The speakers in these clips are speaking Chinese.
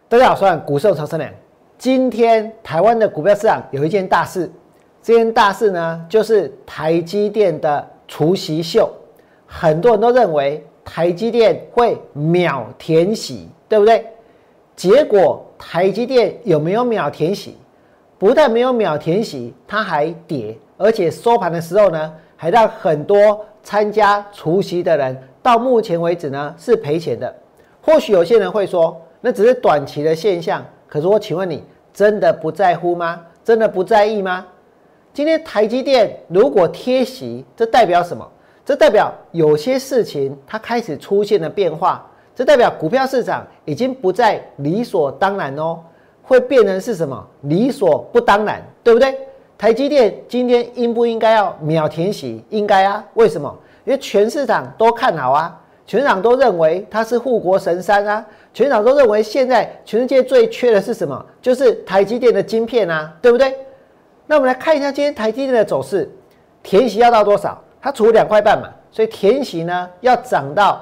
大家好，我是股市曹生良。今天台湾的股票市场有一件大事，这件大事呢，就是台积电的除息秀。很多人都认为台积电会秒填息，对不对？结果台积电有没有秒填息？不但没有秒填息，它还跌，而且收盘的时候呢，还让很多参加除息的人到目前为止呢是赔钱的。或许有些人会说，那只是短期的现象。可是我请问你，真的不在乎吗？真的不在意吗？今天台积电如果贴息，这代表什么？这代表有些事情它开始出现了变化，这代表股票市场已经不再理所当然哦，会变成是什么？理所不当然，对不对？台积电今天应不应该要秒填息？应该啊，为什么？因为全市场都看好啊，全市场都认为它是护国神山啊，全市场都认为现在全世界最缺的是什么？就是台积电的晶片啊，对不对？那我们来看一下今天台积电的走势，填息要到多少？它除2块半嘛，所以填息呢要涨到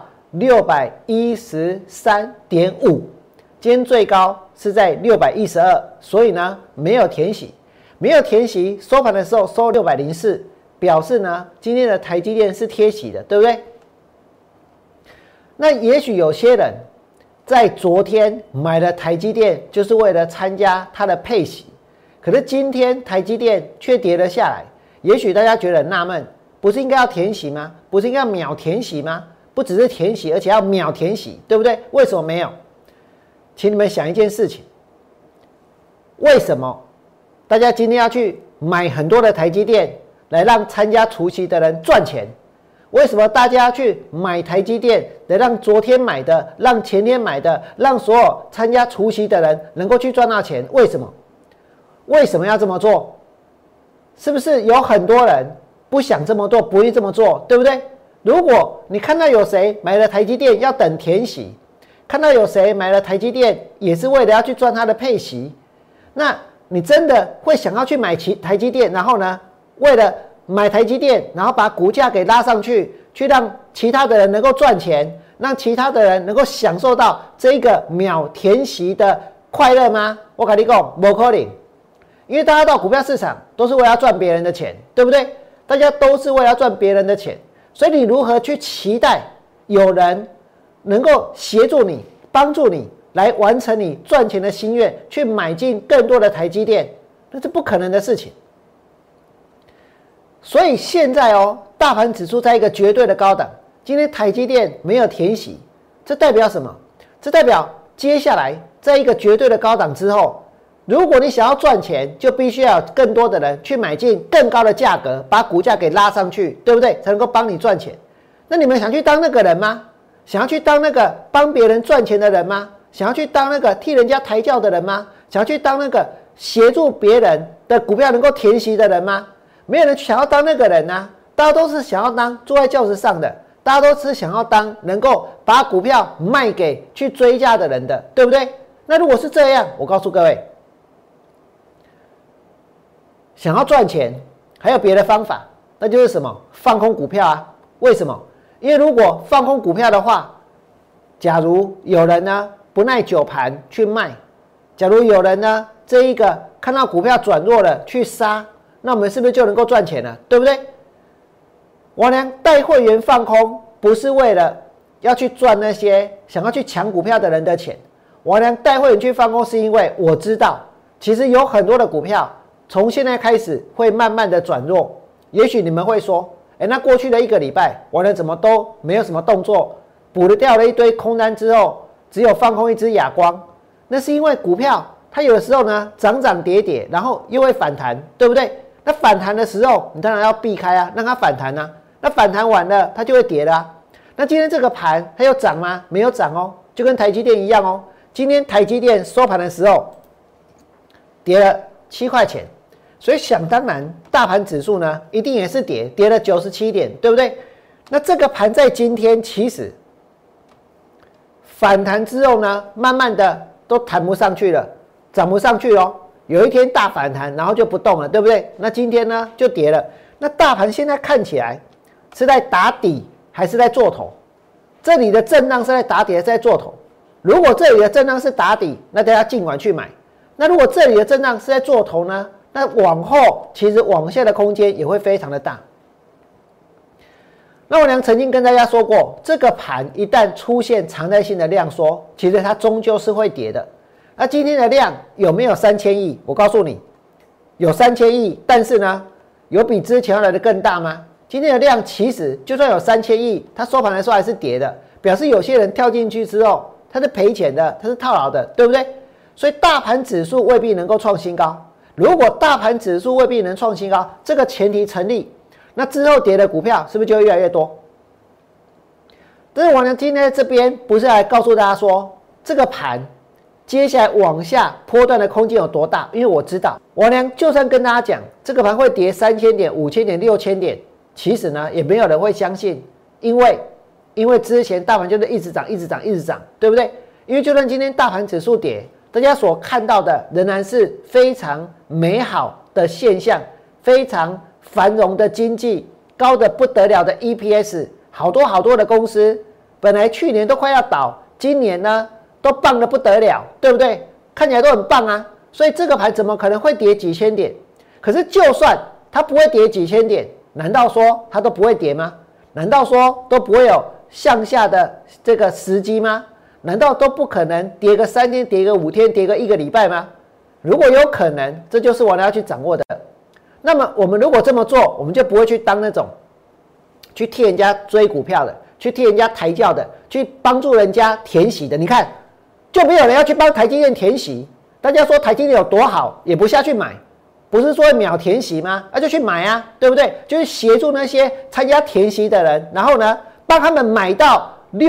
613.5，今天最高是在612，所以呢没有填息，没有填息，收盘的时候收604，表示呢今天的台积电是贴息的，对不对？那也许有些人在昨天买了台积电，就是为了参加它的配息，可是今天台积电却跌了下来，也许大家觉得很纳闷，不是应该要填息吗？不是应该要秒填息吗？不只是填息，而且要秒填息，对不对？为什么没有？请你们想一件事情，为什么大家今天要去买很多的台积电，来让参加除息的人赚钱？为什么大家要去买台积电，来让昨天买的、让前天买的、让所有参加除息的人能够去赚到钱？为什么？为什么要这么做？是不是有很多人不想这么做，不愿意这么做，对不对？如果你看到有谁买了台积电要等填息，看到有谁买了台积电也是为了要去赚它的配息，那你真的会想要去买台积电，然后呢，为了买台积电，然后把股价给拉上去，去让其他的人能够赚钱，让其他的人能够享受到这个秒填息的快乐吗？我跟你讲，不可能，因为大家到股票市场都是为了赚别人的钱，对不对？大家都是为了赚别人的钱，所以你如何去期待有人能够协助你、帮助你来完成你赚钱的心愿，去买进更多的台积电，那是不可能的事情。所以现在哦，大盘指数在一个绝对的高档，今天台积电没有填息，这代表什么？这代表接下来在一个绝对的高档之后，如果你想要赚钱，就必须要有更多的人去买进更高的价格，把股价给拉上去，对不对？才能够帮你赚钱。那你们想去当那个人吗？想要去当那个帮别人赚钱的人吗？想要去当那个替人家抬轿的人吗？想要去当那个协助别人的股票能够填息的人吗？没有人想要当那个人啊，大家都是想要当坐在轿子上的，大家都是想要当能够把股票卖给去追价的人的，对不对？那如果是这样，我告诉各位，想要赚钱还有别的方法，那就是什么？放空股票啊。为什么？因为如果放空股票的话，假如有人呢不耐久盘去卖，假如有人呢这一个看到股票转弱了去杀，那我们是不是就能够赚钱了？对不对？我呢带会员放空，不是为了要去赚那些想要去抢股票的人的钱。我呢带会员去放空，是因为我知道，其实有很多的股票从现在开始会慢慢的转弱。也许你们会说，那过去的1个礼拜，我呢怎么都没有什么动作，补了掉了一堆空单之后，只有放空一只亚光。那是因为股票它有的时候呢涨涨跌跌，然后又会反弹，对不对？那反弹的时候，你当然要避开啊，让它反弹啊。那反弹完了，它就会跌了啊。那今天这个盘它有涨吗？没有涨哦，就跟台积电一样哦。今天台积电收盘的时候跌了7块钱，所以想当然，大盘指数呢一定也是跌了97点，对不对？那这个盘在今天其实反弹之后呢，慢慢的都弹不上去了，涨不上去咯。有一天大反弹，然后就不动了，对不对？那今天呢就跌了。那大盘现在看起来是在打底还是在做头？这里的震荡是在打底还是在做头？ 如果这里的震荡是打底，那大家尽管去买。那如果这里的震荡是在做头呢？那往后其实往下的空间也会非常的大。那我娘曾经跟大家说过，这个盘一旦出现常态性的量缩，其实它终究是会跌的。那今天的量有没有3000亿？我告诉你，有3000亿，但是呢，有比之前要来的更大吗？今天的量其实就算有3000亿，它收盘的时候还是跌的，表示有些人跳进去之后，它是赔钱的，它是套牢的，对不对？所以大盘指数未必能够创新高。如果大盘指数未必能创新高，这个前提成立，那之后跌的股票是不是就会越来越多？但是我呢，今天在这边不是来告诉大家说这个盘接下来往下波段的空间有多大，因为我知道，我呢就算跟大家讲这个盘会跌3000点、5000点、6000点，其实呢也没有人会相信，因为之前大盘就是一直涨、一直涨、一直涨，对不对？因为就算今天大盘指数跌，大家所看到的仍然是非常美好的现象，非常繁荣的经济，高的不得了的 EPS， 好多的公司本来去年都快要倒，今年呢都棒得不得了，对不对？看起来都很棒啊，所以这个盘怎么可能会跌几千点？可是就算它不会跌几千点，难道说它都不会跌吗？难道说都不会有向下的这个时机吗？难道都不可能跌个3天、跌个5天、跌个1个礼拜吗？如果有可能，这就是我们要去掌握的。那么我们如果这么做，我们就不会去当那种去替人家追股票的，去替人家抬轿的，去帮助人家填息的。你看，就没有人要去帮台积电填息。大家说台积电有多好，也不下去买，不是说秒填息吗？那就去买啊，对不对？就是协助那些参加填息的人，然后呢，帮他们买到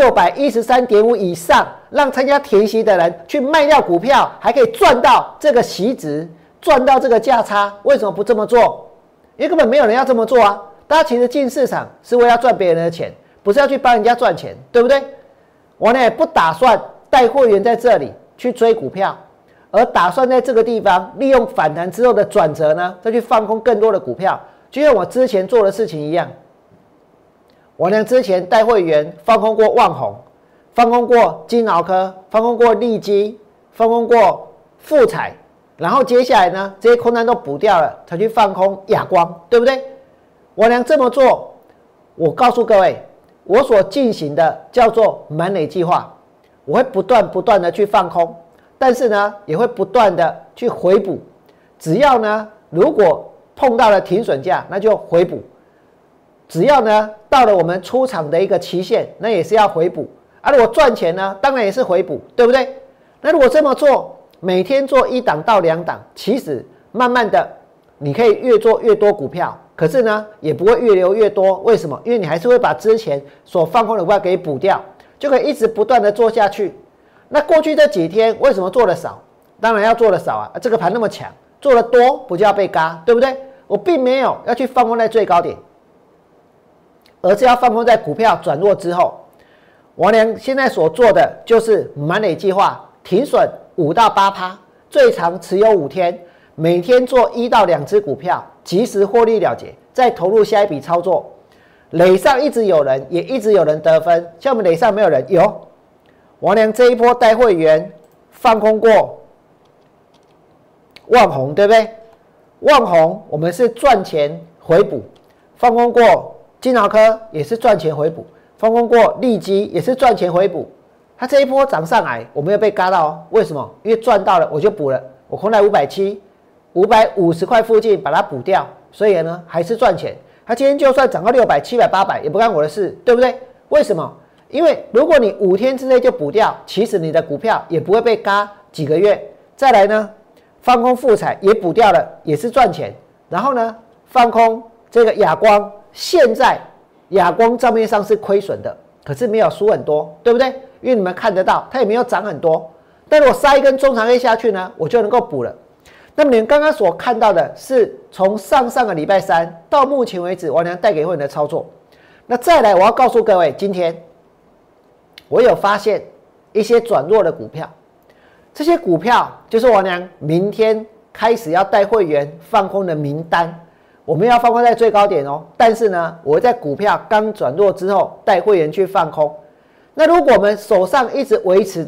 613.5以上，让参加填息的人去卖掉股票，还可以赚到这个息值，赚到这个价差。为什么不这么做？因为根本没有人要这么做啊！大家其实进市场是为了要赚别人的钱，不是要去帮人家赚钱，对不对？我呢不打算带会员在这里去追股票，而打算在这个地方利用反弹之后的转折呢，再去放空更多的股票，就像我之前做的事情一样。我呢之前带会员放空过旺宏，放空过金豪科，放空过利基，放空过富彩，然后接下来呢这些空单都补掉了，才去放空亚光，对不对？我呢这么做，我告诉各位，我所进行的叫做满垒计划，我会不断的去放空，但是呢也会不断的去回补，只要呢如果碰到了停损价，那就回补。只要呢到了我们出场的一个期限，那也是要回补啊。如果赚钱呢，当然也是回补，对不对？那如果这么做，每天做1档到2档，其实慢慢的你可以越做越多股票，可是呢也不会越留越多。为什么？因为你还是会把之前所放空的股票给补掉，就可以一直不断的做下去。那过去这几天为什么做的少？当然要做的少啊，这个盘那么强，做的多不就要被嘎，对不对？我并没有要去放空在最高点，而是要放空在股票转弱之后。王良现在所做的就是满垒计划，停损5到8%，最长持有5天，每天做1到2只股票，及时获利了结，再投入下一笔操作。垒上一直有人，也一直有人得分，像我们垒上没有人，有王良这一波带会员放空过旺宏，对不对？旺宏我们是赚钱回补，放空过金豪科也是赚钱回补，放空过利基也是赚钱回补。它这一波涨上来，我没有被嘎到哦。为什么？因为赚到了我就补了，我空在570、550块附近把它补掉，所以呢还是赚钱。它今天就算涨到600、700、800也不干我的事，对不对？为什么？因为如果你5天之内就补掉，其实你的股票也不会被嘎几个月。再来呢，放空富彩也补掉了，也是赚钱。然后呢，放空这个亚光，现在亚光账面上是亏损的，可是没有输很多，对不对？因为你们看得到，它也没有涨很多。但如果杀一根中长 A 下去呢，我就能够补了。那么你们刚刚所看到的是从上个礼拜3到目前为止，王良带给会员的操作。那再来，我要告诉各位，今天我有发现一些转弱的股票，这些股票就是王良明天开始要带会员放空的名单。我们要放空在最高点哦，但是呢，我会在股票刚转弱之后带会员去放空。那如果我们手上一直维持的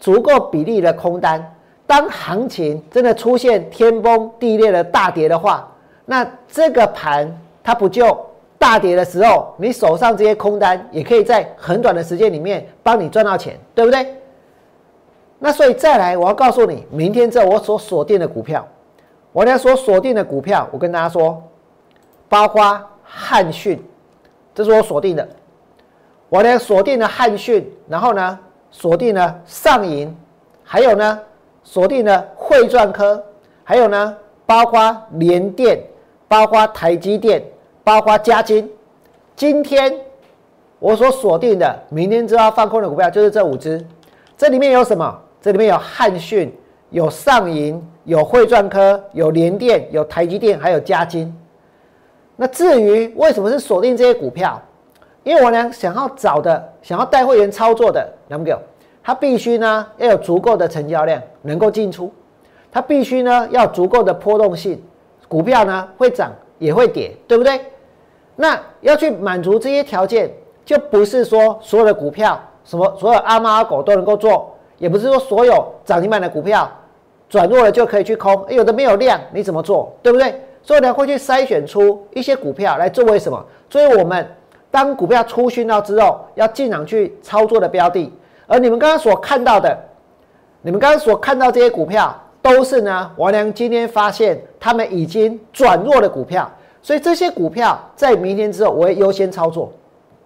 足够比例的空单，当行情真的出现天崩地裂的大跌的话，那这个盘它不就大跌的时候，你手上这些空单也可以在很短的时间里面帮你赚到钱，对不对？那所以再来，我要告诉你，明天之后我所锁定的股票，我所锁定的股票，我跟大家说，包括汉讯，这是我锁定的。我锁定了汉讯，然后呢，锁定了上银，还有呢，锁定了汇赚科，还有呢，包括联电，包括台积电，包括嘉金。今天我所锁定的，明天之后要放空的股票就是这5只。这里面有什么？这里面有汉讯，有上银，有汇赚科，有联电，有台积电，还有嘉金。那至于为什么是锁定这些股票？因为我呢想要带会员操作的，它必须呢要有足够的成交量，能够进出，它必须呢要足够的波动性，股票呢会涨也会跌，对不对？那要去满足这些条件，就不是说所有的股票，所有阿猫阿狗都能够做，也不是说所有涨停板的股票转弱了就可以去空，有的没有量，你怎么做，对不对？所以呢会去筛选出一些股票来作为什么？作为我们当股票出讯到之后，要进场去操作的标的。而你们刚刚所看到的，这些股票，都是呢王良今天发现他们已经转弱的股票，所以这些股票在明天之后我会优先操作。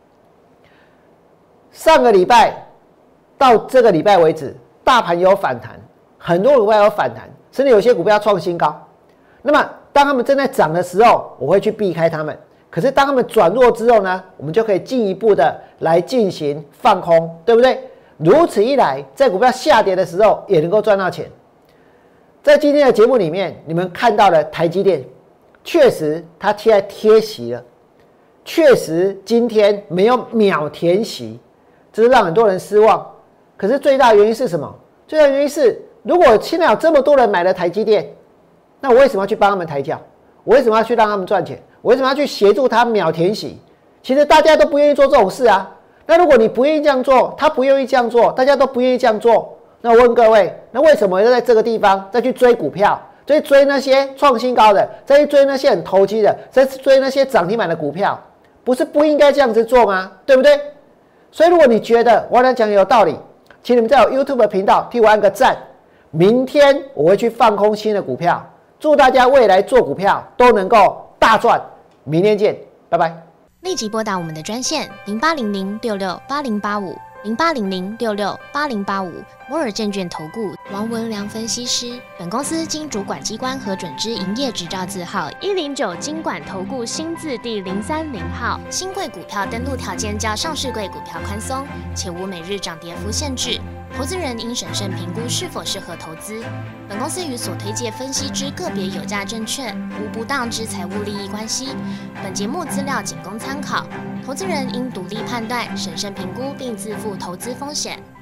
上个礼拜到这个礼拜为止，大盘有反弹，很多股票有反弹，甚至有些股票创新高。那么当他们正在涨的时候，我会去避开他们。可是当他们转弱之后呢，我们就可以进一步的来进行放空，对不对？如此一来，在股票下跌的时候也能够赚到钱。在今天的节目里面，你们看到了台积电，确实它贴息了，确实今天没有秒填息，这是让很多人失望。可是最大的原因是什么？最大的原因是，如果现在有这么多人买了台积电，那我为什么要去帮他们抬轿？我为什么要去让他们赚钱？我为什么要去协助他秒填息？其实大家都不愿意做这种事啊。那如果你不愿意这样做，他不愿意这样做，大家都不愿意这样做，那我问各位，那为什么要在这个地方再去追股票，再追那些创新高的，再去追那些很投机的，再追那些涨停板的股票？不是不应该这样子做吗？对不对？所以如果你觉得我来讲有道理，请你们在我 YouTube 频道替我按个赞。明天我会去放空新的股票，祝大家未来做股票都能够大赚。明天见，拜拜。 立即拨打我们的专线0800668085，0800668085，摩尔证券投顾王文良分析师。本公司经主管机关核准之营业执照字号109金管投顾新字第030号。新贵股票登录条件较上市贵股票宽松，且无每日涨跌幅限制。投资人应审慎评估是否适合投资。本公司与所推介分析之个别有价证券无不当之财务利益关系。本节目资料仅供参考，投资人应独立判断、审慎评估并自负投资风险。